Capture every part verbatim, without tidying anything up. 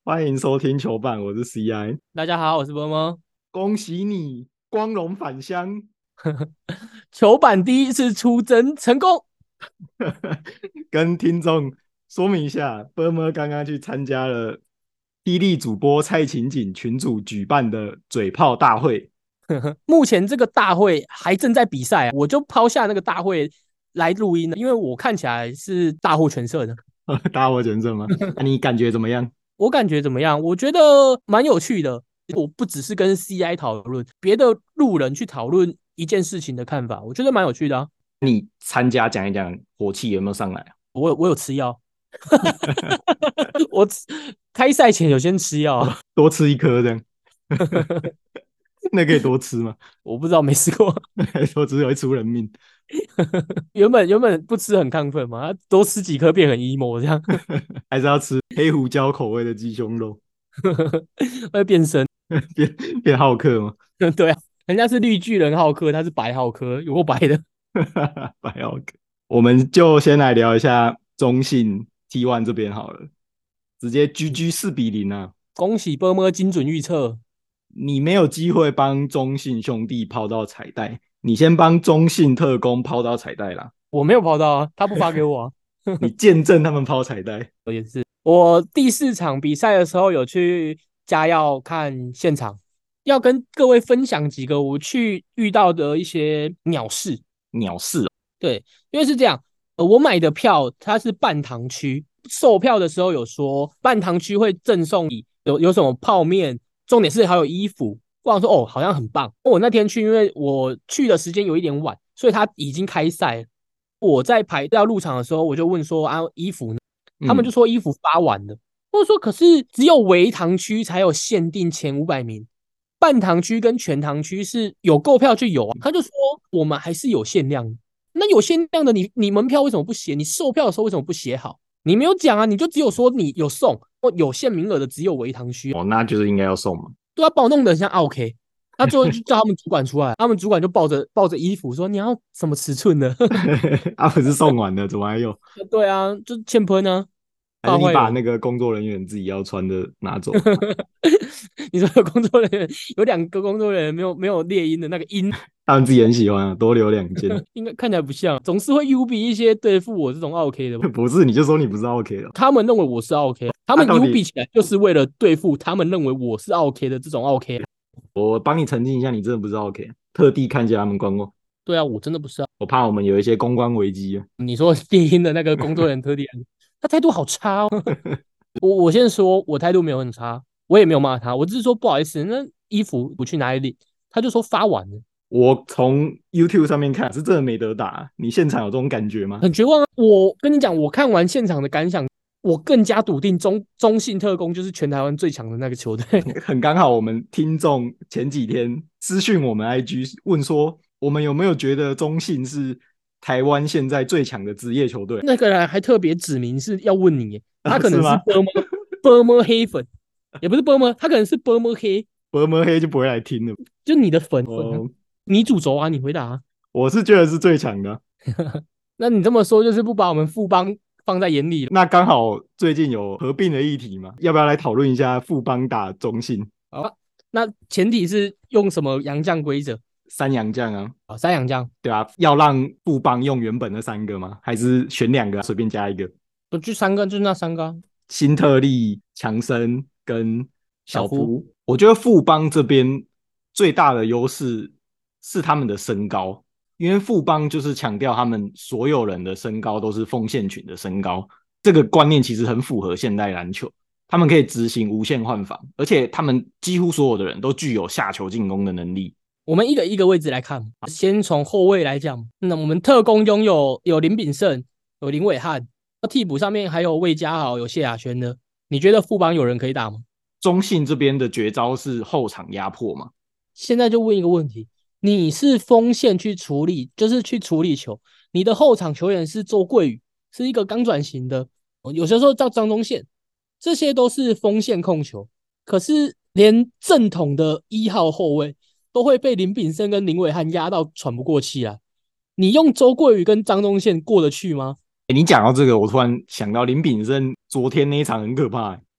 欢迎收听球板，我是 C I。 大家好，我是波波。 恭喜你光荣返乡。 球板第一次出征成功。 跟听众说明一下，波波刚刚去参加了霹雳主播蔡琴锦群组举办的嘴炮大会。 目前这个大会还正在比赛、啊，我就抛下那个大会来录音了，因为我看起来是大获全胜的。 大获全胜吗？啊，你感觉怎么样？ 我感觉怎么样？我觉得蛮有趣的。我不只是跟 C I 讨论，别的路人去讨论一件事情的看法，我觉得蛮有趣的啊。 你参加讲一讲，火气有没有上来啊？ 我有我有吃药。我开赛前有先吃药啊。 多吃一颗这样。那可以多吃吗？ 我不知道，没吃过。 多吃会出人命。 原本原本不吃很亢奋嘛，多吃几颗变很 emo 这样。 还是要吃黑胡椒口味的鸡胸肉？ 会变身。 变变好客吗？ 对啊，人家是绿巨人浩克，他是白浩克，有够白的。 白好客。我们就先来聊一下中信 T 一 这边好了，直接 G G 四比零啊！ 恭喜波波精准预测。 你没有机会帮中信兄弟抛到彩带，你先帮中信特工抛到彩带啦。 我没有跑到啊，他不发给我啊。 你见证他们抛彩带。 我也是，我第四场比赛的时候有去嘉耀看现场，要跟各位分享几个我去遇到的一些鸟事。 鸟事哦。 对，因为是这样，呃，我买的票它是半糖区，售票的时候有说半糖区会赠送你有有什么泡面，重点是还有衣服。我想说哦，好像很棒。我那天去，因为我去的时间有一点晚，所以他已经开赛了。我在排要入场的时候，我就问说啊，衣服呢？他们就嗯， 说衣服发完了。我说可是只有微糖区才有限定前五百名，半糖区跟全糖区是有购票就有啊。他就说我们还是有限量的。那有限量的你，你门票为什么不写？你售票的时候为什么不写好？你没有讲啊，你就只有说你有送，或有限名额的只有微糖区。 哦，那就是应该要送嘛。 对啊，把我弄得很像 OK。他最后就叫他们主管出来，他们主管就抱着抱着衣服说：“你要什么尺寸的？” 啊，不是送完了，怎么还有？ 对啊，就欠喷啊， 还是你怕坏人。 把那个工作人员自己要穿的拿走了？ 你说有工作人员有两个工作人员没有没有猎鹰的那个鹰。 他们自己很喜欢啊，多留两件。 应该看起来不像，总是会 U 比一些对付我这种 OK 的吧？ 不是，你就说你不是 OK 了。 他们认为我是 OK，他们啊到 U 比底起来就是为了对付他们认为我是 OK 的这种 OK。 我帮你澄清一下，你真的不是 OK，特地看一下他们官网。 对啊，我真的不是啊。 我怕我们有一些公关危机啊。 你说猎鹰的那个工作人员特地，他态度好差哦。我我先说，我态度没有很差，我也没有骂他，我只是说不好意思，那衣服我去哪里领？他就说发完了。 我从 YouTube 上面看是真的没得打，你现场有这种感觉吗？ 很绝望啊！我跟你讲，我看完现场的感想，我更加笃定中中信特工就是全台湾最强的那个球队。 很刚好，我们听众前几天私讯我们 I G 问说，我们有没有觉得中信是台湾现在最强的职业球队？ 那个人还特别指明是要问你耶，他啊， 可能是是吗？ 波么波么黑粉，也不是波么，他可能是波么黑， 伯摩黑就不会来听了。 就你的粉粉啊， 哦， 你主轴啊，你回答啊。 我是觉得是最强的啊。 那你这么说，就是不把我们富邦放在眼里了。 那刚好最近有合并的议题嘛，要不要来讨论一下富邦打中信？ 好，那前提是用什么洋将规则？ 三洋将啊？ 啊，三洋将。 对啊，要让富邦用原本的三个吗？还是选两个随便加一个？ 不就三个，就是那三个啊。 新特利、强森跟小夫。 小夫。我觉得富邦这边最大的优势是他们的身高，因为富邦就是强调他们所有人的身高都是锋线群的身高，这个观念其实很符合现代篮球。他们可以执行无限换防，而且他们几乎所有的人都具有下球进攻的能力。 我们一个一个位置来看，先从后卫来讲，那我们特工拥有有林炳胜，有林伟汉，替补上面还有魏家豪，有谢亚轩的。你觉得富邦有人可以打吗？ 中信这边的绝招是后场压迫嘛？ 现在就问一个问题：你是锋线去处理，就是去处理球，你的后场球员是周桂宇，是一个刚转型的，有些时候叫张宗宪，这些都是锋线控球。可是连正统的一号后卫都会被林炳胜跟林伟汉压到喘不过气来。你用周桂宇跟张宗宪过得去吗？ 欸，你讲到这个，我突然想到林炳胜昨天那一场很可怕欸。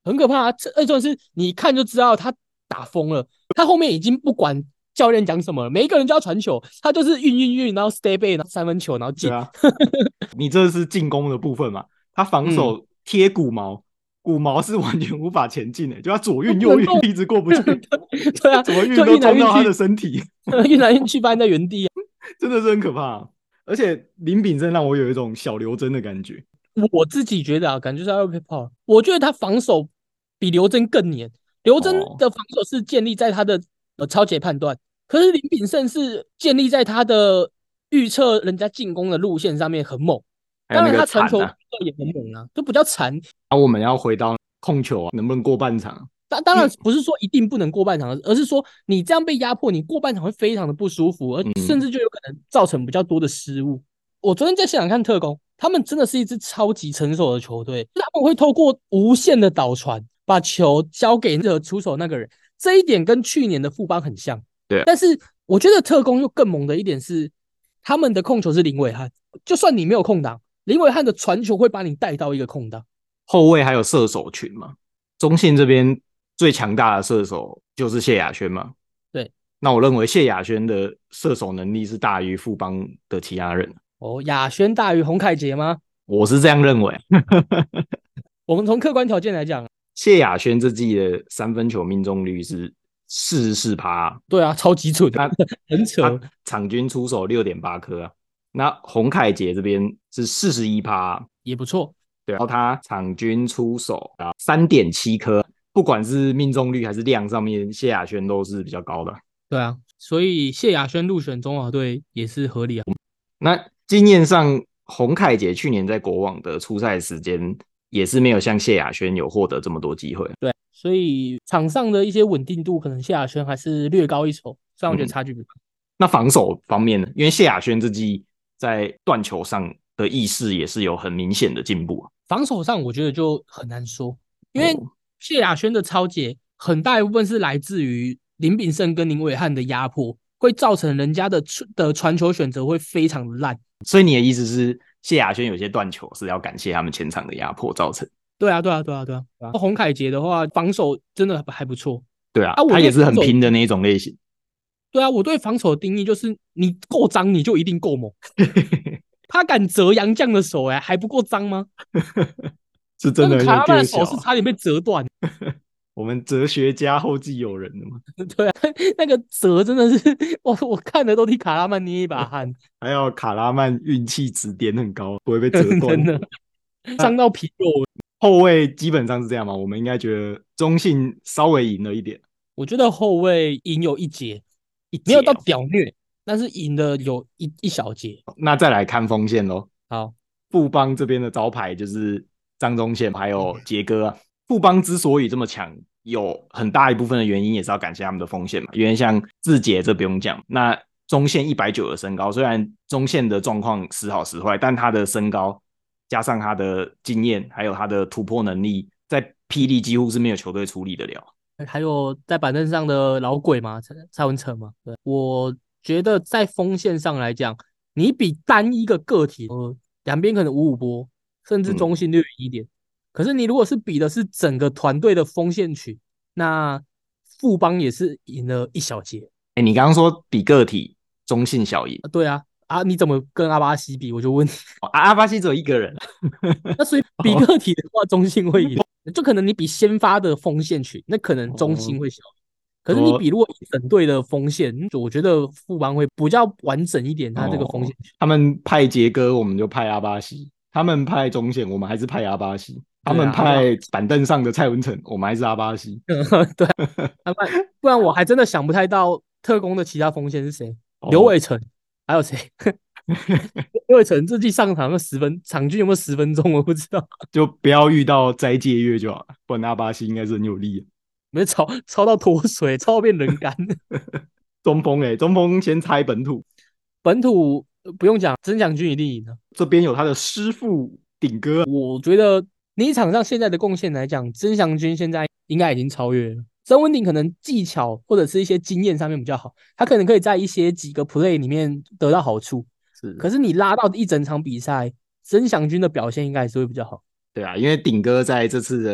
很可怕啊！这二重是你一看就知道他打疯了，他后面已经不管教练讲什么了，每一个人就要传球，他就是运运运，然后 stay back，然后三分球，然后进。 对啊，你这是进攻的部分嘛，他防嗯， 守贴骨毛，骨毛是完全无法前进的，就他左就运右运不能动。 一直过不去， 对啊， 怎么运就都运来运去， 撞到他的身体， 运来运去，发现在原地啊。 真的是很可怕。而且林炳胜让我有一种小刘真的感觉。 我自己觉得啊，感觉是 L P Power，我觉得他防守比刘真更黏。刘真哦， 的防守是建立在他的呃超节判断，可是林炳胜是建立在他的预测人家进攻的路线上面很猛。当然， 还有那个他传球铲啊， 也很猛啊，就比较残。 啊，我们要回到控球啊，能不能过半场？ 当当然因为不是说一定不能过半场，而是说你这样被压迫，你过半场会非常的不舒服，而甚嗯， 至就有可能造成比较多的失误。我昨天在现场看特工，他们真的是一支超级成熟的球队，他们会透过无限的导传把球交给那个出手那个人，这一点跟去年的富邦很像。 对啊， 但是我觉得特工又更猛的一点是，他们的控球是林伟汉，就算你没有空档，林伟汉的传球会把你带到一个空档。 后卫还有射手群嘛，中线这边最强大的射手就是谢亚轩嘛。 对， 那我认为谢亚轩的射手能力是大于富邦的其他人， 哦，亚轩大于洪凯杰吗？ 我是这样认为。 我们从客观条件来讲， 谢亚轩这季的三分球命中率是四十四趴， 对啊，超级准， 那很扯。 他场均出手六点八颗啊。那洪凯杰这边是四十一趴， 也不错。 对，然后他场均出手啊三点七颗，不管是命中率还是量上面，谢亚轩都是比较高的。 对啊，所以谢亚轩入选中华队也是合理啊。 那经验上，洪凯杰去年在国网的出赛时间也是没有像谢亚轩有获得这么多机会。 对，所以场上的一些稳定度，可能谢亚轩还是略高一筹，虽然我觉得嗯， 差距不大。 那防守方面呢？因为谢亚轩这季在断球上的意识也是有很明显的进步。 防守上我觉得就很难说，因为哦， 谢亚轩的超节很大一部分是来自于林炳胜跟林伟汉的压迫，会造成人家的的传球选择会非常的烂。 所以你的意思是，谢亚轩有些断球是要感谢他们前场的压迫造成？ 对啊，对啊，对啊，对啊。对啊洪凯杰的话，防守真的还不错对啊， 啊。我他也是对防守， 很拼的那一种类型。 对啊，我对防守的定义就是你够脏，你就一定够猛。他敢折杨绛的手、欸，哎，还不够脏吗？ 是真的很有那个卡拉曼的手技巧啊。 是差点被折断。 我们哲学家后继有人的嘛， 对啊，那个折真的是我我看的都替卡拉曼捏一把汗。 还有卡拉曼运气值点很高，不会被折断。 真的伤到皮肉。 后卫基本上是这样嘛，我们应该觉得中信稍微赢了一点， 我觉得后卫赢有一截， 一节、 没有到哦。 屌虐，但是赢的有一一小截。 那再来看锋线喽， 好， 富邦这边的招牌就是张宗宪还有杰哥啊。富邦之所以这么强，有很大一部分的原因也是要感谢他们的锋线嘛，因为像志杰这不用讲，那中线一百九的身高，虽然中线的状况时好时坏，但他的身高加上他的经验，还有他的突破能力，在霹雳几乎是没有球队处理得了。 还有在板凳上的老鬼嘛，蔡蔡文成嘛。对，我觉得在锋线上来讲，你比单一个个体，呃，两边可能五五波，甚至中嗯， 性略一点。可是你如果是比的是整个团队的锋线群，那富邦也是赢了一小截。 哎，你刚刚说比个体中性小赢， 啊对啊，啊，你怎么跟阿巴西比？我就问你。 哦、阿阿巴西只有一个人。 那所以比个体的话，中性会赢，就可能你比先发的锋线群，那可能中性哦， 会小。可是你说比如果一整队的锋线，我觉得富邦会比较完整一点，他这个锋哦， 线群。 他们派杰哥，我们就派阿巴西；他们派中线，我们还是派阿巴西；他对啊，阿巴， 们派板凳上的蔡文成，我们还是阿巴西。 对啊，阿巴，不然我还真的想不太到特工的其他锋线是谁。刘哦， 伟成还有谁？刘伟成这季上场有十分，场均有没有十分钟？我不知道。 就不要遇到斋戒月就好了，不然阿巴西应该是很有力。 没超超到脱水，超到变人干。 中锋哎，中锋先猜本土， 本土呃不用讲，曾祥军一定赢了。 这边有他的师傅顶哥。 我觉得你场上现在的贡献来讲，曾祥军现在应该已经超越了。曾文鼎可能技巧或者是一些经验上面比较好，他可能可以在一些几个 play 里面得到好处。 是， 可是你拉到一整场比赛，曾祥军的表现应该还是会比较好。 对啊，因为顶哥在这次的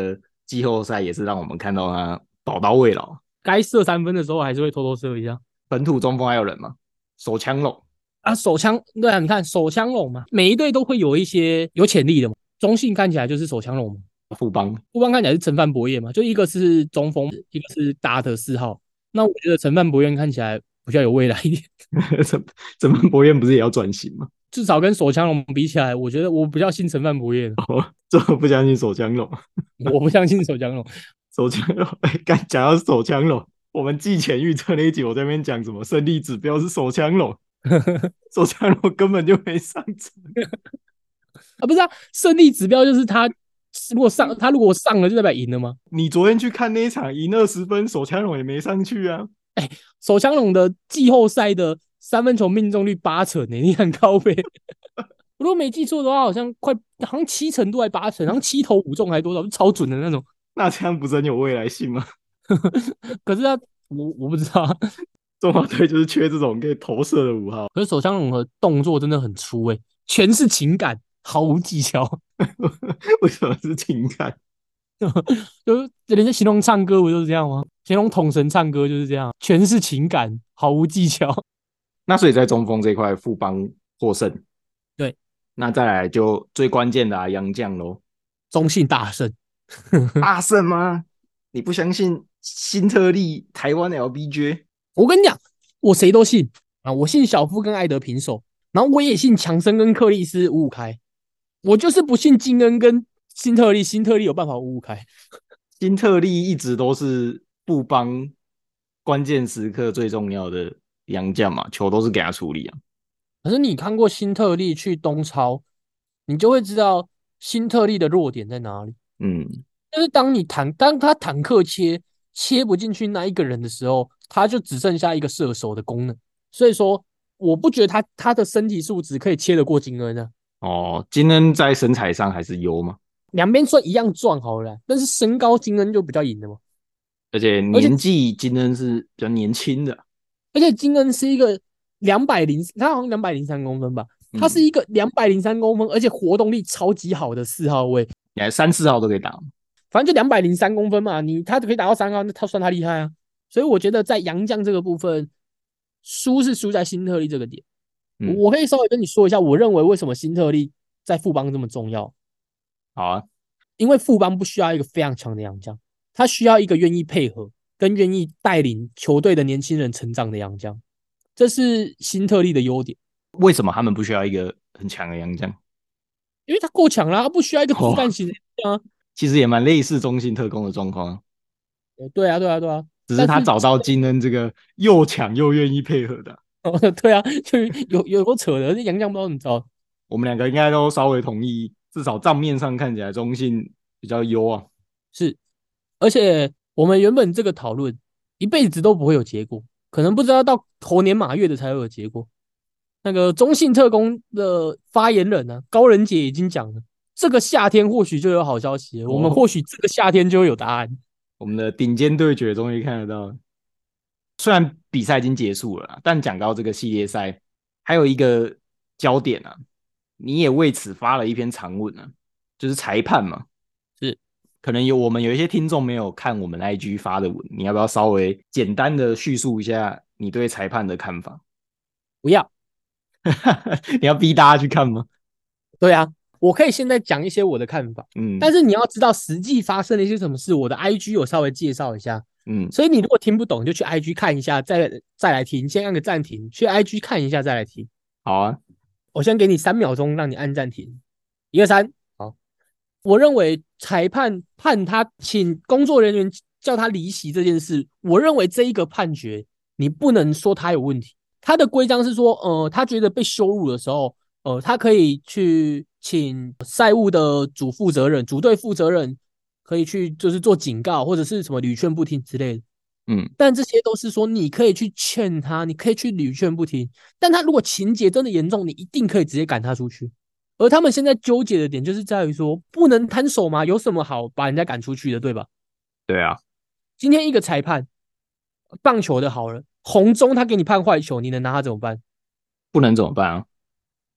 季后赛也是让我们看到他宝刀未老。 该射三分的时候还是会偷偷射一下。 本土中锋还有人吗？手枪龙啊，手枪对啊，你看手枪龙嘛，每一队都会有一些有潜力的嘛。中信看起来就是手枪龙嘛， 富邦富邦看起来是陈范博彦嘛，就一个是中锋，一个是大的四号。那我觉得陈范博彦看起来比较有未来一点。 陈陈范博彦不是也要转型吗？ 至少跟手枪龙比起来，我觉得我比较信陈范博彦。 哦，这我不相信手枪龙， 我不相信手枪龙。 手枪龙，哎，刚讲到手枪龙，我们季前预测那一集，我在那边讲什么胜利指标是手枪龙，手枪龙根本就没上场啊，不是啊，胜利指标就是他如果上，他如果上了就代表赢了吗？ 你昨天去看那一场赢二十分，手枪龙也没上去啊。 哎、欸，手枪龙的季后赛的三分球命中率八成呢、欸，你很高呗。我如果没记错的话，好像快好像七成多还八成，好像七投五中还多少，超准的那种。 那这样不是很有未来性吗？ 可是他，我我不知道， 中华队就是缺这种可以投射的五号。 可是手枪龙的动作真的很粗诶、欸，全是情感，毫无技巧。 为什么是情感？ 就人家形容唱歌不就是这样吗？形容统神唱歌就是这样，全是情感，毫无技巧。 那所以在中锋这一块，富邦获胜。 对， 那再来就最关键的啊，洋将咯， 中信大胜。 大胜吗？你不相信新特利台湾 L B J？ 我跟你讲，我谁都信啊！我信小夫跟艾德平手，然后我也信强森跟克利斯五五开，我就是不信金恩跟新特利，新特利有办法五五开。 新特利一直都是富邦关键时刻最重要的洋将嘛，球都是给他处理啊。 可是你看过新特利去东超，你就会知道新特利的弱点在哪里。 嗯， 就是当你坦当他坦克切切不进去那一个人的时候，他就只剩下一个射手的功能。所以说，我不觉得他他的身体素质可以切得过金恩啊。 哦，金恩在身材上还是优嘛， 两边算一样壮好了啦，但是身高金恩就比较赢的嘛。 而且年纪金恩是比较年轻的， 而且金恩是一个两百零，他好像两百零三公分吧，他是一个两百零三公分，而且活动力超级好的四号位， 你还三四号都可以打， 反正就两百零三公分嘛，你他可以打到三号，那他算他厉害啊。所以我觉得在洋将这个部分，输是输在新特利这个点。嗯、我可以稍微跟你说一下，我认为为什么新特利在富邦这么重要。 好啊， 因为富邦不需要一个非常强的洋将，他需要一个愿意配合跟愿意带领球队的年轻人成长的洋将，这是新特利的优点。 为什么他们不需要一个很强的洋将？ 因为他够强啦，他不需要一个子弹型的洋将、啊。 其实也蛮类似中信特工的状况。 对啊，对啊，对啊。 只是他找到金恩这个又强又愿意配合的。 哦，对啊，就有有够扯的，这洋将不知道怎么着。 我们两个应该都稍微同意，至少账面上看起来中信比较优啊。 是，而且我们原本这个讨论一辈子都不会有结果，可能不知道到猴年马月的才会有结果。那个中信特工的发言人呢、啊，高仁杰已经讲了，这个夏天或许就有好消息了、哦、我们或许这个夏天就会有答案。 我们的顶尖对决终于看得到了，虽然比赛已经结束了，但讲到这个系列赛，还有一个焦点啊，你也为此发了一篇长文啊，就是裁判嘛。 是， 可能有我们有一些听众没有看我们 I G 发的文，你要不要稍微简单的叙述一下你对裁判的看法？ 不要。 你要逼大家去看吗？ 对啊，我可以现在讲一些我的看法，嗯，但是你要知道实际发生了一些什么事，我的 I G 有稍微介绍一下，嗯，所以你如果听不懂，就去 I G 看一下，再再来听，先按个暂停，去 I G 看一下再来听。 好啊， 我先给你三秒钟，让你按暂停，一二三，好。我认为裁判判他，请工作人员叫他离席这件事，我认为这一个判决你不能说他有问题。他的规章是说，呃，他觉得被羞辱的时候，呃，他可以去请赛务的主负责人、主队负责人，可以去就是做警告或者是什么屡劝不听之类的。嗯，但这些都是说你可以去劝他，你可以去屡劝不听。但他如果情节真的严重，你一定可以直接赶他出去。而他们现在纠结的点就是在于说，不能摊手吗？有什么好把人家赶出去的，对吧？ 对啊， 今天一个裁判，棒球的好了。红中他给你判坏球，你能拿他怎么办？ 不能怎么办啊？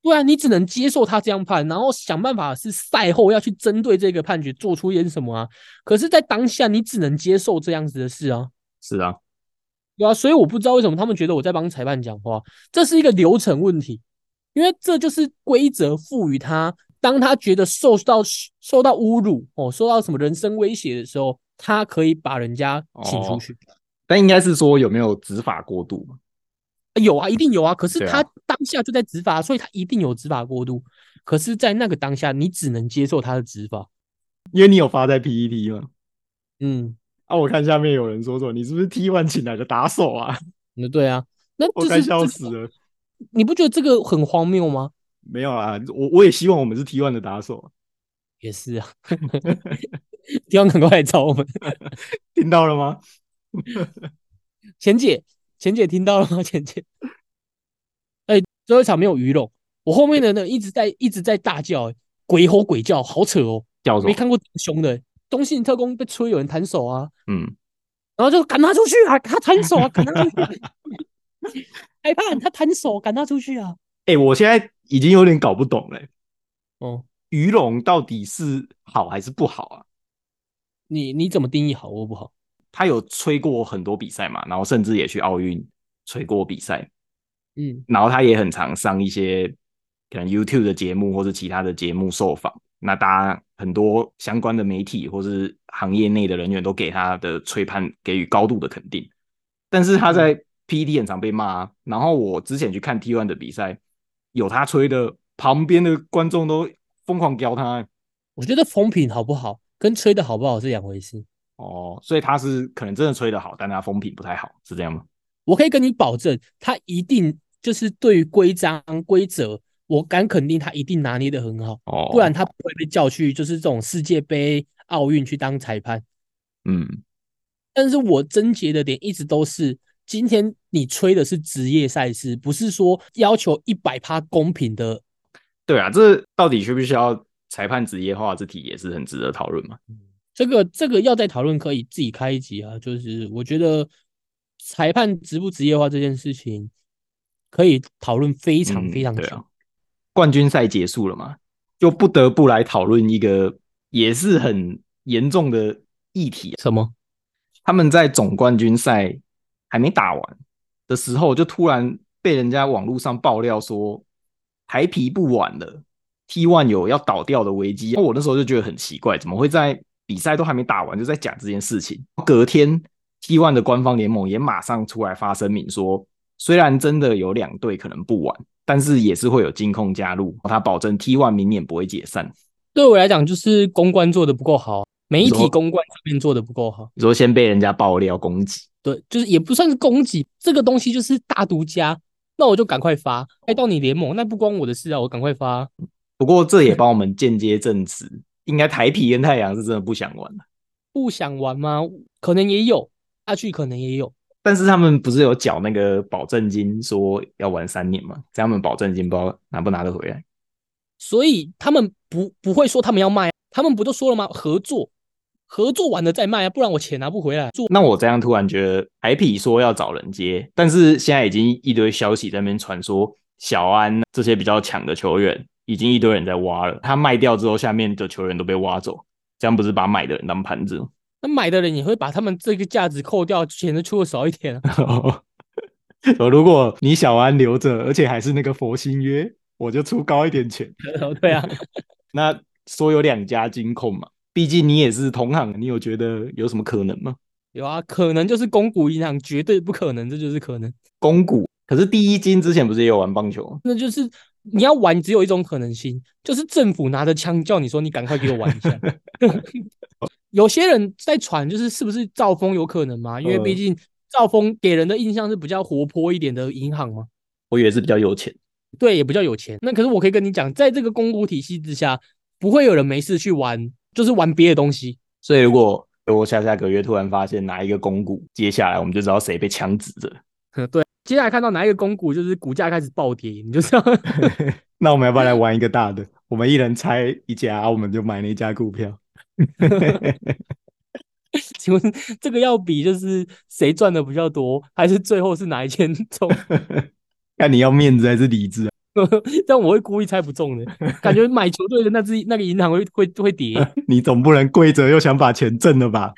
对啊，你只能接受他这样判，然后想办法是赛后要去针对这个判决做出一点什么啊。可是，在当下你只能接受这样子的事啊。 是啊， 对啊，所以我不知道为什么他们觉得我在帮裁判讲话，这是一个流程问题，因为这就是规则赋予他，当他觉得受到受到侮辱哦，受到什么人身威胁的时候，他可以把人家请出哦， 去。 但应该是说有没有执法过度嘛？ 有啊，一定有啊。可是他对啊， 当下就在执法，所以他一定有执法过度。可是，在那个当下，你只能接受他的执法。 因为你有发在 P P T 嘛。 嗯， 啊，我看下面有人说说你是不是 T 一 请来的打手啊？ 那对啊，那我快就是这个， 笑死了。 你不觉得这个很荒谬吗？ 没有啊，我我也希望我们是 T 一 的打手啊。 也是啊，希望赶快来找我们。 听到了吗？ 钱姐，钱姐听到了吗？钱姐，哎、欸，最后一场没有鱼龙，我后面的呢一直在一直在大叫、欸，鬼吼鬼叫，好扯哦， 叫什么？ 没看过这么凶的、欸。东信特工被吹有人弹手啊， 嗯， 然后就赶他出去啊，他弹手啊，赶他出去、啊。裁判他弹手，赶他出去啊。 哎、欸，我现在已经有点搞不懂了、欸。 哦， 鱼龙到底是好还是不好啊？ 你你怎么定义好或不好？ 他有吹过很多比赛嘛，然后甚至也去奥运吹过比赛， 嗯， 然后他也很常上一些可能 YouTube 的节目或是其他的节目受访。那大家很多相关的媒体或是行业内的人员都给他的吹判给予高度的肯定，但是他在 P D 很常被骂、啊。然后我之前去看 T 一 的比赛，有他吹的，旁边的观众都疯狂屌他、欸。 我觉得风评好不好跟吹的好不好是两回事。 哦，所以他是可能真的吹得好，但他风评不太好，是这样吗？ 我可以跟你保证，他一定就是对于规章规则，我敢肯定他一定拿捏的很好，不然哦， 他不会被叫去就是这种世界杯、奥运去当裁判。 嗯， 但是我症结的点一直都是，今天你吹的是职业赛事，不是说要求一百趴公平的。 对啊，这到底需不需要裁判职业化？这题也是很值得讨论嘛。 这个这个要再讨论，可以自己开一集啊。就是我觉得裁判职不职业化这件事情，可以讨论非常非嗯， 常久。 对啊，冠军赛结束了嘛，就不得不来讨论一个也是很严重的议题啊。 什么？ 他们在总冠军赛还没打完的时候，就突然被人家网络上爆料说台皮不玩了，T 一 有要倒掉的危机。我那时候就觉得很奇怪，怎么会在比赛都还没打完就在讲这件事情？隔天 T 一 的官方联盟也马上出来发声明说，虽然真的有两队可能不玩，但是也是会有金控加入，他保证 T 一 明年不会解散。 对我来讲，就是公关做的不够好，媒体你说， 公关上面做的不够好。 你说先被人家爆料攻击， 对，就是也不算是攻击，这个东西就是大独家，那我就赶快发，爱到你联盟，那不关我的事啊，我赶快发。 不过这也帮我们间接证实，应该台啤跟太阳是真的不想玩了。 不想玩吗？可能也有，下去可能也有。 但是他们不是有缴那个保证金，说要玩三年吗？这样他们保证金不知道拿不拿得回来。 所以他们不不会说他们要卖啊，他们不都说了吗？合作，合作完了再卖啊，不然我钱拿不回来。做那我这样突然觉得台啤说要找人接，但是现在已经一堆消息在那边传说小安这些比较强的球员已经一堆人在挖了，他卖掉之后，下面的球员都被挖走，这样不是把买的人当盘子吗？ 那买的人也会把他们这个价值扣掉，钱就出的少一点啊。 如果你小安留着，而且还是那个佛心约，我就出高一点钱。 对啊， 那说有两家金控嘛，毕竟你也是同行，你有觉得有什么可能吗？ 有啊，可能就是公股银行，绝对不可能，这就是可能。 公股，可是第一金之前不是也有玩棒球吗？ 那就是你要玩，只有一种可能性，就是政府拿着枪叫你说你赶快给我玩一下。有些人在传，就是是不是兆丰有可能吗？因为毕呃， 竟兆丰给人的印象是比较活泼一点的银行嘛， 我以为是比较有钱。 对，也比较有钱。那可是我可以跟你讲，在这个公股体系之下，不会有人没事去玩，就是玩别的东西。 所以如果我下下个月突然发现哪一个公股，接下来我们就知道谁被枪指着。 对，接下来看到哪一个公股就是股价开始暴跌，你就知道。 那我们要不要来玩一个大的？我们一人猜一家，我们就买那家股票。 请问这个要比就是谁赚的比较多，还是最后是哪一间中？ 看你要面子还是理智啊？ 但我会故意猜不中的，感觉买球队的那支那个银行会会会跌。 你总不能跪着又想把钱挣了吧？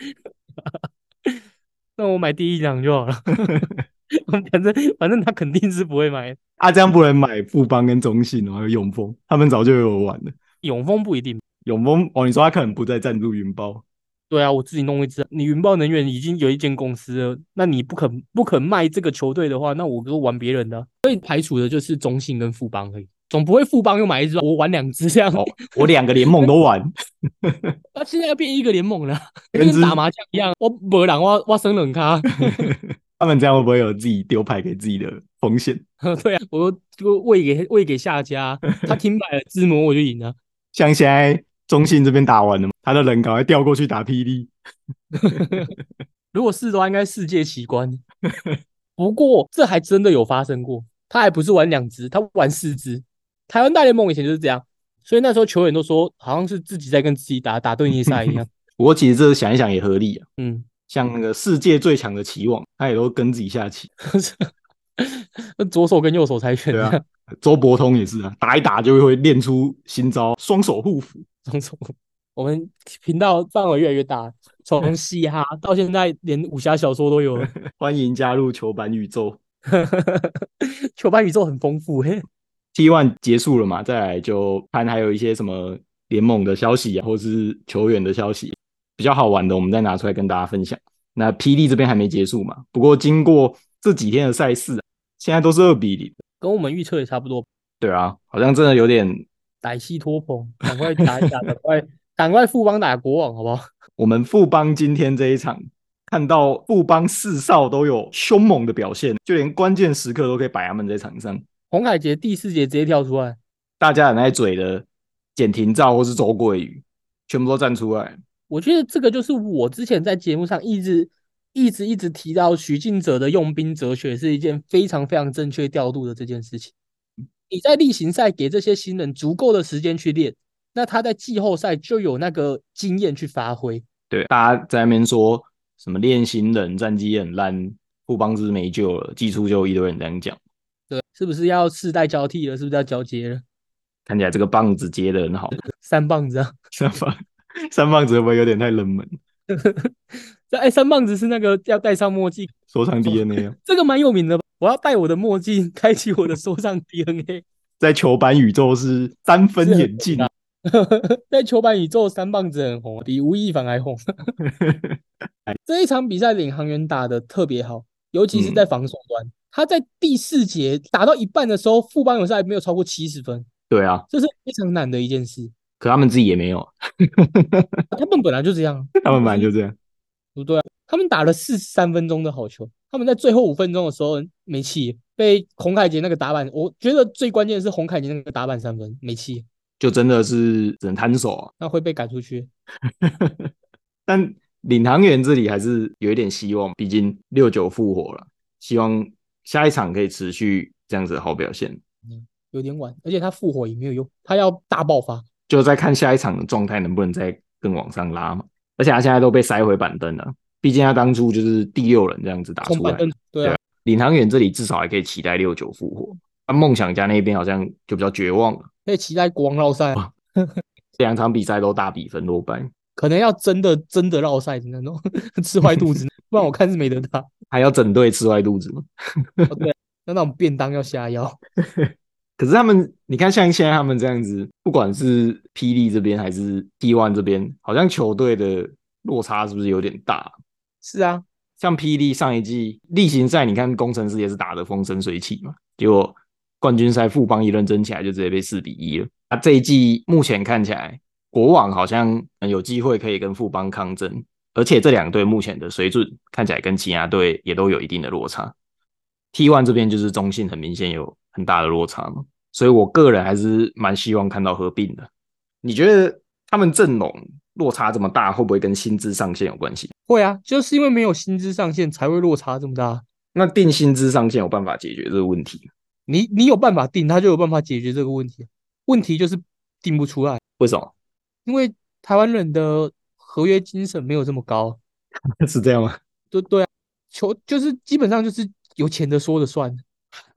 那我买第一档就好了。反正反正他肯定是不会买。 啊，这样不能买富邦跟中信哦，还有永丰，他们早就有玩了。 永丰不一定。 永丰哦，你说他可能不再赞助云豹， 对啊，我自己弄一支。你云豹能源已经有一间公司了，那你不肯不肯卖这个球队的话，那我就玩别人的啊。所以排除的就是中信跟富邦而已，总不会富邦又买一支，我玩两支这样。 哦，我两个联盟都玩。 那现在要变一个联盟了，就跟之跟打麻将一样，我没人我我生冷咖。 他们这样会不会有自己丢牌给自己的风险？ 对啊，我就喂给喂给下家，他停摆了，自摸我就赢了。 像现在中信这边打完了嘛，他的人赶快调过去打霹雳。 如果是的话，应该世界奇观。不过这还真的有发生过，他还不是玩两只，他玩四只。台湾大联盟以前就是这样，所以那时候球员都说好像是自己在跟自己打打对内赛一样。 不过其实这想一想也合理啊， 嗯， 像那个世界最强的棋王，他也都跟自己下棋。 左手跟右手猜拳对啊， 这样。 周伯通也是啊，打一打就会练出新招，双手护符。 双手。我们频道范围越来越大，从嘻哈到现在连武侠小说都有了。 欢迎加入球板宇宙。 球班宇宙很丰富嘿。 T 一 结束了嘛，再来就看还有一些什么联盟的消息啊，或是球员的消息，比较好玩的，我们再拿出来跟大家分享。那霹雳这边还没结束嘛，不过经过这几天的赛事、啊，现在都是二比零， 跟我们预测也差不多。 对啊，好像真的有点歹戏拖棚，赶快打一打，赶快赶快富邦打国王，好不好？ 我们富邦今天这一场看到富邦四少都有凶猛的表现，就连关键时刻都可以摆他们在场上。 洪凯杰第四节直接跳出来， 大家很爱嘴的简廷照或是周桂宇，全部都站出来。 我觉得这个就是我之前在节目上一直一直一直提到许晋哲的用兵哲学是一件非常非常正确调度的这件事情。你在例行赛给这些新人足够的时间去练，那他在季后赛就有那个经验去发挥。 对，大家在那边说什么练新人战绩很烂，富邦是没救了，季初就一堆人这样讲。 对，是不是要世代交替了？是不是要交接了？ 看起来这个棒子接的很好。 三棒子啊。 三棒三棒子会不会有点太冷门？ 哎、欸，三棒子是那个要戴上墨镜， 说唱 D N A 啊， 这个蛮有名的吧？我要戴我的墨镜，开启我的说唱 D N A。 在球板宇宙是三分眼镜。 在球板宇宙，三棒子很红，比吴亦凡还红。这一场比赛，领航员打得特别好，尤其是在防守端。嗯、他在第四节打到一半的时候，富邦有赛没有超过七十分。 对啊， 这是非常难的一件事。 可他们自己也没有。 他们本来就这样， 他们本来就这样， 不对啊？他们打了四十三分钟的好球，他们在最后五分钟的时候没气，被洪凯杰那个打板。我觉得最关键的是洪凯杰那个打板三分没气， 就真的是只能摊手啊。 那会被赶出去。 但领航员这里还是有一点希望，毕竟六九复活了，希望下一场可以持续这样子的好表现。 嗯，有点晚，而且他复活也没有用，他要大爆发， 就再看下一场的状态能不能再更往上拉嘛。而且他现在都被塞回板凳了，毕竟他当初就是第六人这样子打出来。 对啊， 领航员这里至少还可以期待六九复活，那、啊、梦想家那边好像就比较绝望了， 可以期待国王绕赛。 两场比赛都大比分落败， 可能要真的真的绕赛的那种，吃坏肚子，不然我看是没得打。 还要整队吃坏肚子吗？ 哦、对、啊，那那种便当要下药。 可是他们，你看像现在他们这样子，不管是霹雳这边还是 T 一 这边，好像球队的落差是不是有点大？ 是啊， 像霹雳上一季例行赛，你看工程师也是打得风生水起嘛，结果冠军赛富邦一认真起来就直接被四比一了。那、啊、这一季目前看起来，国网好像有机会可以跟富邦抗争，而且这两队目前的水准看起来跟其他队也都有一定的落差。T 一 这边就是中信很明显有很大的落差嘛，所以我个人还是蛮希望看到合并的。你觉得他们阵容落差这么大，会不会跟薪资上限有关系？ 会啊，就是因为没有薪资上限才会落差这么大。 那定薪资上限有办法解决这个问题？ 你你有办法定，他就有办法解决这个问题。问题就是定不出来。 为什么？ 因为台湾人的合约精神没有这么高。 是这样吗？ 对对啊，球就是基本上就是有钱的说了算。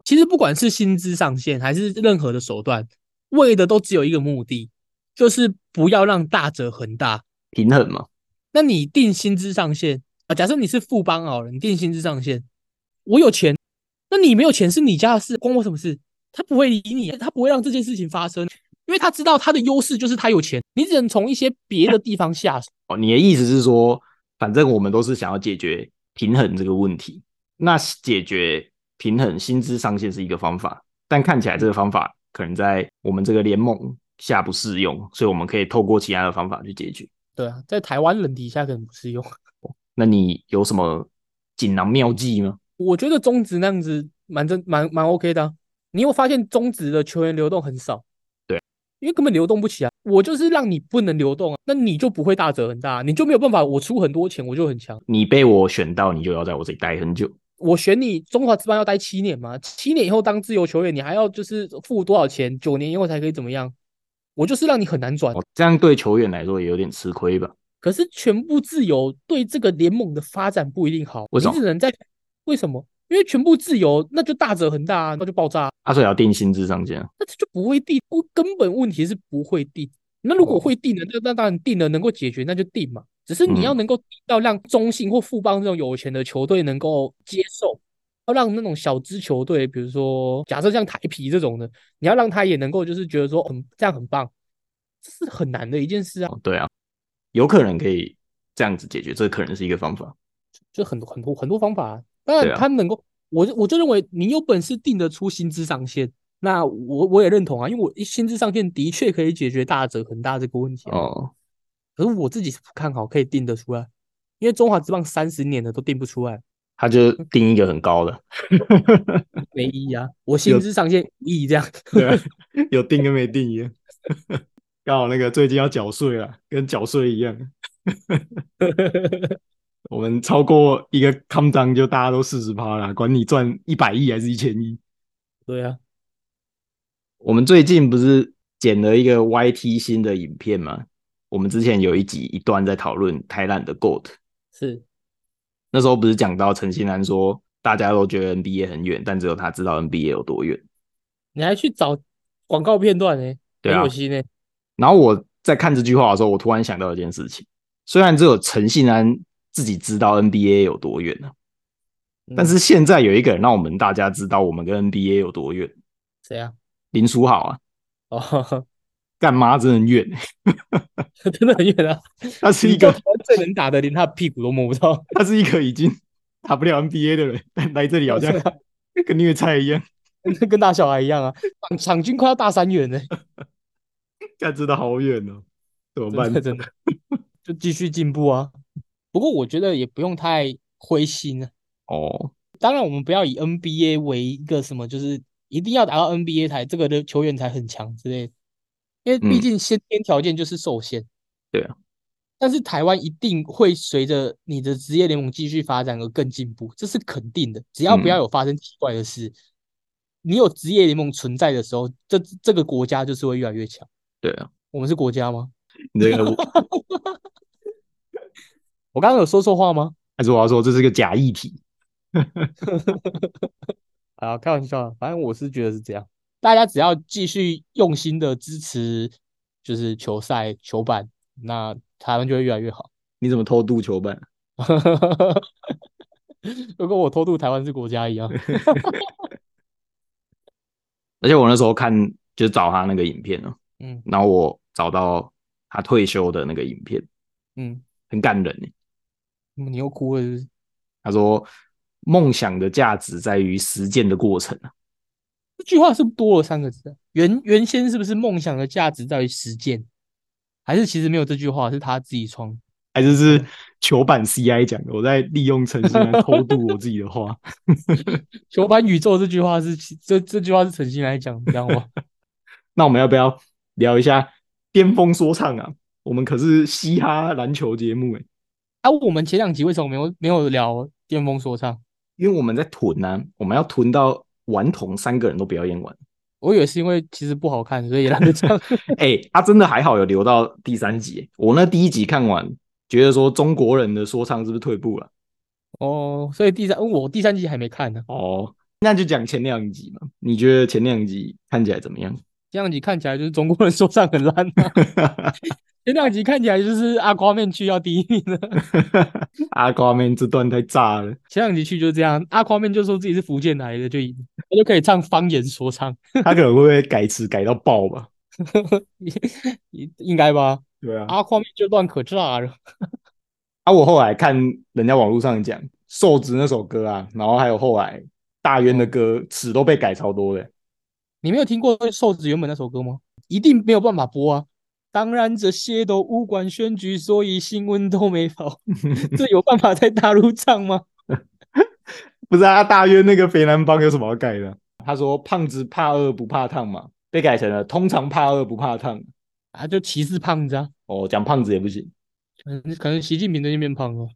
其实不管是薪资上限还是任何的手段，为的都只有一个目的，就是不要让大者恒大， 平衡嘛。 那你定薪资上限啊？假设你是富邦好了，你定薪资上限，我有钱，那你没有钱是你家的事，关我什么事？他不会理你，他不会让这件事情发生，因为他知道他的优势就是他有钱，你只能从一些别的地方下手。 哦，你的意思是说，反正我们都是想要解决平衡这个问题，那解决平衡薪资上限是一个方法，但看起来这个方法可能在我们这个联盟下不适用，所以我们可以透过其他的方法去解决。 对啊，在台湾人底下可能不适用。 那你有什么锦囊妙计吗？ 我觉得中职那样子蛮真蛮蛮 OK 的、啊。你有发现中职的球员流动很少？ 对， 因为根本流动不起来。我就是让你不能流动啊，那你就不会大者很大，你就没有办法。我出很多钱，我就很强。 你被我选到，你就要在我这里待很久。 我选你中华职棒要待七年嘛，七年以后当自由球员，你还要就是付多少钱？九年以后才可以怎么样？我就是让你很难转。 哦，这样对球员来说也有点吃亏吧？ 可是全部自由对这个联盟的发展不一定好， 为什么？ 你只能在为什么？因为全部自由，那就大者恒大、啊，那就爆炸、啊。 啊，所以要定薪资上限， 那这就不会定，根本问题是不会定。那如果会定的，那那当然定了能够解决，那就定嘛。只是你要能够定到让中信或富邦这种有钱的球队能够接受，要让那种小支球队，比如说假设像台啤这种的，你要让他也能够就是觉得说，嗯，这样很棒，这是很难的一件事啊。 哦，对啊，有可能可以这样子解决，这可能是一个方法。 就很多很多很多方法、啊，当然对啊， 他能够，我我就认为你有本事定得出薪资上限，那我我也认同啊，因为我薪资上限的确可以解决大者恒大这个问题啊。 哦， 可是我自己是不看好可以定得出来，因为中华职棒三十年了都定不出来， 他就定一个很高的， 没意义啊。我薪有资上限五亿这样， 对啊，有定跟没定一样。刚好那个最近要缴税了，跟缴税一样。我们超过一个康章就大家都四十趴啦，管你赚一百亿还是一千亿。 对啊， 我们最近不是剪了一个 Y T 新的影片吗？我们之前有一集一段在讨论台湾的 G O A T， 是那时候不是讲到陈信安说大家都觉得 N B A 很远，但只有他知道 N B A 有多远。 你还去找广告片段呢、欸， 对啊， 很有心呢、欸。 然后我在看这句话的时候，我突然想到一件事情：虽然只有陈信安自己知道 N B A 有多远呢、 嗯、 但是现在有一个人让我们大家知道我们跟 N B A 有多远。 谁啊？ 林书豪啊， 哦， 干妈真的很远、 欸，真的很远啊！ 他是一个最能打的，连他的屁股都摸不到。 他是一个已经打不了 N B A 的人，但来这里好像跟虐菜一样， 跟大小孩一样啊，场场均快要大三元呢、欸， 看真的好远哦，怎么办？ 真的真的，就继续进步啊。不过我觉得也不用太灰心啊。 哦， 当然，我们不要以 N B A 为一个什么，就是一定要达到 N B A 才这个的球员才很强之类的，因为毕嗯， 竟先天条件就是受限。 对啊， 但是台湾一定会随着你的职业联盟继续发展而更进步，这是肯定的。只要不要嗯， 有发生奇怪的事，你有职业联盟存在的时候，这这个国家就是会越来越强。 对啊， 我们是国家吗？ 你这个我刚刚有说错话吗？ 还是我要说这是个假议题？ 啊，开玩笑，反正我是觉得是这样。大家只要继续用心的支持，就是球赛球板，那台湾就会越来越好。 你怎么偷渡球板？ 就跟我偷渡台湾是国家一样。 而且我那时候看就找他那个影片哦， 嗯然后我找到他退休的那个影片， 嗯， 很感人耶。 你又哭了是不是？ 他说：“梦想的价值在于实践的过程啊。” 这句话是不是多了三个字啊？原原先是不是梦想的价值在于实践？还是其实没有这句话，是他自己创？ 还是是球板 C I 讲的？我在利用陈信来偷渡我自己的话。 球板宇宙这句话是这这句话是陈信来讲，你知道吗？ 那我们要不要聊一下巅峰说唱啊？我们可是嘻哈篮球节目诶、 啊，我们前两集为什么没有没有聊巅峰说唱？ 因为我们在囤啊，我们要囤到顽童三个人都不要演完。 我以为是因为其实不好看，所以懒得唱。 哎、欸，他、啊、真的还好有留到第三集、欸。我那第一集看完，觉得说中国人的说唱是不是退步了？ 哦，所以第三，我第三集还没看呢。 哦， 那就讲前两集嘛，你觉得前两集看起来怎么样？ 前两集看起来就是中国人说唱很烂啊，前两集看起来就是阿瓜面去要第一名了。 阿瓜面这段太炸了， 前两集去就是这样，阿瓜面就说自己是福建来的，就赢，他就可以唱方言说唱。 他可能会不会改词改到爆吧？ 应该吧？ 对啊， 阿瓜面就乱可炸了。 啊，我后来看人家网络上讲瘦子那首歌啊，然后还有后来大渊的歌词都被改超多的。 你没有听过瘦子原本那首歌吗？一定没有办法播啊！当然这些都无关选举，所以新闻都没报。这有办法在大陆唱吗？ 不是啊，大约那个肥南帮有什么要改的？他说胖子怕饿不怕烫嘛，被改成了通常怕饿不怕烫。 啊，就歧视胖子啊！ 哦，讲胖子也不行， 可能可能习近平最近变胖了，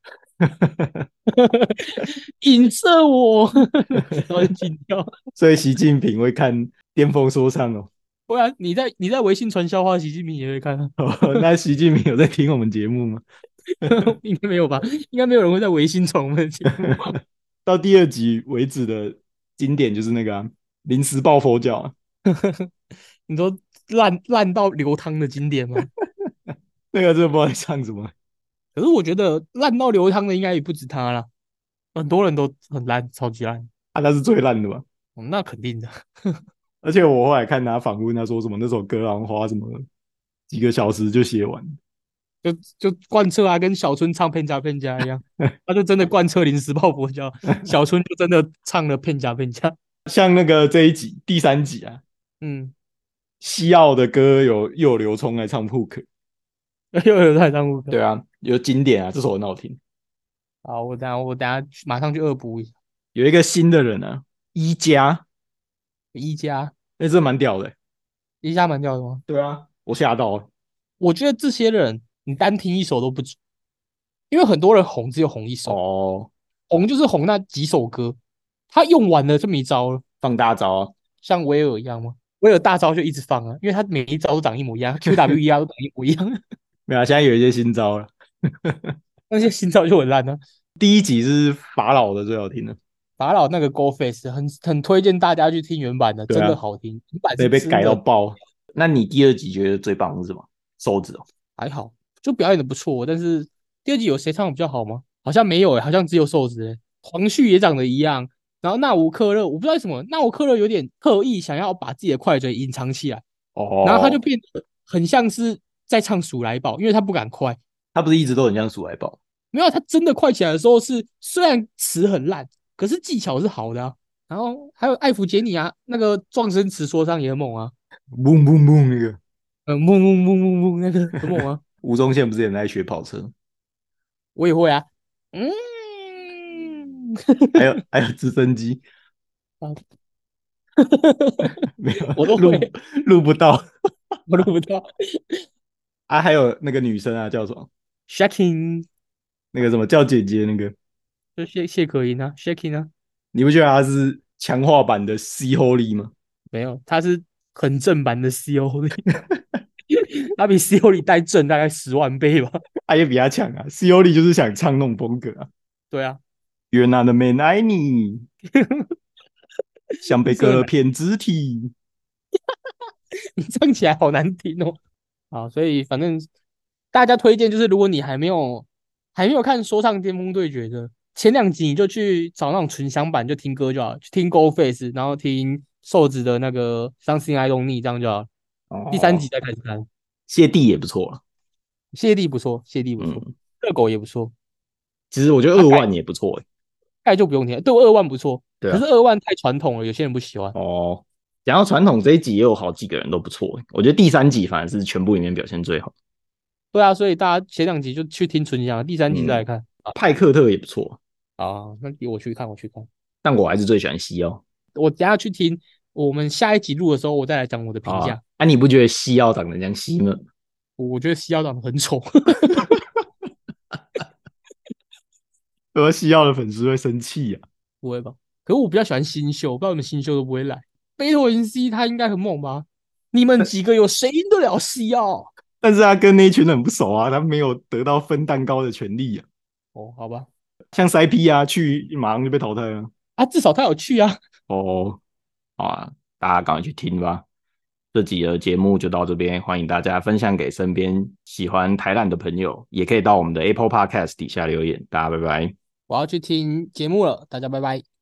影射我，然后就禁掉。 所以习近平会看巅峰说唱哦。 不然你在你在微信传笑话，习近平也会看啊。 哦，那习近平有在听我们节目吗？ 应该没有吧？应该没有人会在微信传我们的节目。 到第二集为止的经典就是那个、啊、临时抱佛脚、啊， 你说烂烂到流汤的经典吗？ 那个真的不知道在唱什么。 可是我觉得烂到流汤的应该也不止他啦，很多人都很烂，超级烂。 啊，那是最烂的吧？ 哦，那肯定的。 而且我后来看他访问，他说什么那首歌好像花什么几个小时就写完。 就就贯彻啊，跟小春唱片家片家一样，他就真的贯彻临时抱佛脚，小春就真的唱了片家片家。 像那个这一集第三集啊， 嗯， 西奥的歌有又有刘聪来唱 hook， 又有在唱歌。 对啊，有经典啊，这首很好听。 好，我等下我等下马上去恶补一下有一个新的人啊，一加， 一加那、欸、这蛮屌的、欸。 一加蛮屌的吗？ 对啊，我吓到了。 我觉得这些人你单听一首都不足，因为很多人红只有红一首， 哦， 红就是红那几首歌，他用完了就没招了， 放大招啊， 像威尔一样吗？威尔大招就一直放啊，因为他每一招都长一模一样，Q W E R 都长一模一样。 没有、啊，现在有一些新招了。 那些新招就很烂啊。 第一集是法老的最好听的， 法老那个 Go Face 很很推荐大家去听原版的，真的对啊， 好听，原版是被被改到真的爆。那你第二集觉得最棒的是什么？瘦子哦， 还好，就表演的不错。但是第二集有谁唱的比较好吗？好像没有诶、欸好像只有瘦子诶、欸黄旭也长得一样，然后纳吾克勒，我不知道为什么纳吾克勒有点刻意想要把自己的快嘴隐藏起来，然后他就哦， 变得很像是在唱鼠来宝，因为他不敢快。 他不是一直都很像鼠来宝？ 没有，他真的快起来的时候是虽然词很烂，可是技巧是好的啊。然后还有艾弗杰尼啊，那个撞声词说唱也很猛啊。 嘣嘣嘣那个， 嗯，梦梦梦梦梦那个很猛啊， 吴宗宪不是也在学跑车？ 我也会啊。嗯， 还有还有直升机， 啊， 没有我都会， 录录不到我录不到。 啊。还有那个女生啊，叫什么？ Shaking 那个什么叫姐姐那个？ 就谢谢可寅啊，Shaking 啊， 你不觉得她是强化版的 C Holy 吗？ 没有，他是很正版的 C O 里，他比 C O 里带正大概十万倍吧。 他也比他强啊。C Holy 就是想唱那种风格啊。 对啊， 越南的 man 爱你，像被割了是很难， 片肢体。 你唱起来好难听哦。好，所以反正大家推荐就是，如果你还没有还没有看《说唱巅峰对决》的前两集，你就去找那种纯享版，就听歌就好，去听 Ghostface，然后听瘦子的那个《Something I Don't Need》，这样就好。第三集哦， 再开始看， 谢帝也不错了。 谢帝不错，谢帝不错， 嗯， 热狗也不错， 其实我觉得啊盖二万也不错欸。 盖就不用听了，对我二万不错，可是对啊， 二万太传统了，有些人不喜欢。 哦，讲到传统这一集也有好几个人都不错欸。我觉得第三集反而是全部里面表现最好。 对啊，所以大家前两集就去听纯享，第三集再来嗯， 看。 派克特也不错， 啊，那我去看，我去看。 但我还是最喜欢西奥。 我等下去听，我们下一集录的时候，我再来讲我的评啊， 价。 啊，你不觉得西奥长得像西门？ 我觉得西药长得很丑。 说西奥的粉丝会生气呀、啊。 不会吧？可是我比较喜欢新秀，不知道你们新秀都不会来。Battle M C 他应该很猛吧？你们几个有谁赢得了西药？ 但是他跟那一群人很不熟啊，他没有得到分蛋糕的权利啊。 哦，好吧， 像 C P 啊，去马上就被淘汰了。 啊，至少他有去啊。 哦，好啊，大家赶快去听吧。这集的节目就到这边，欢迎大家分享给身边喜欢台篮的朋友，也可以到我们的 Apple Podcast 底下留言。大家拜拜。 我要去听节目了，大家拜拜。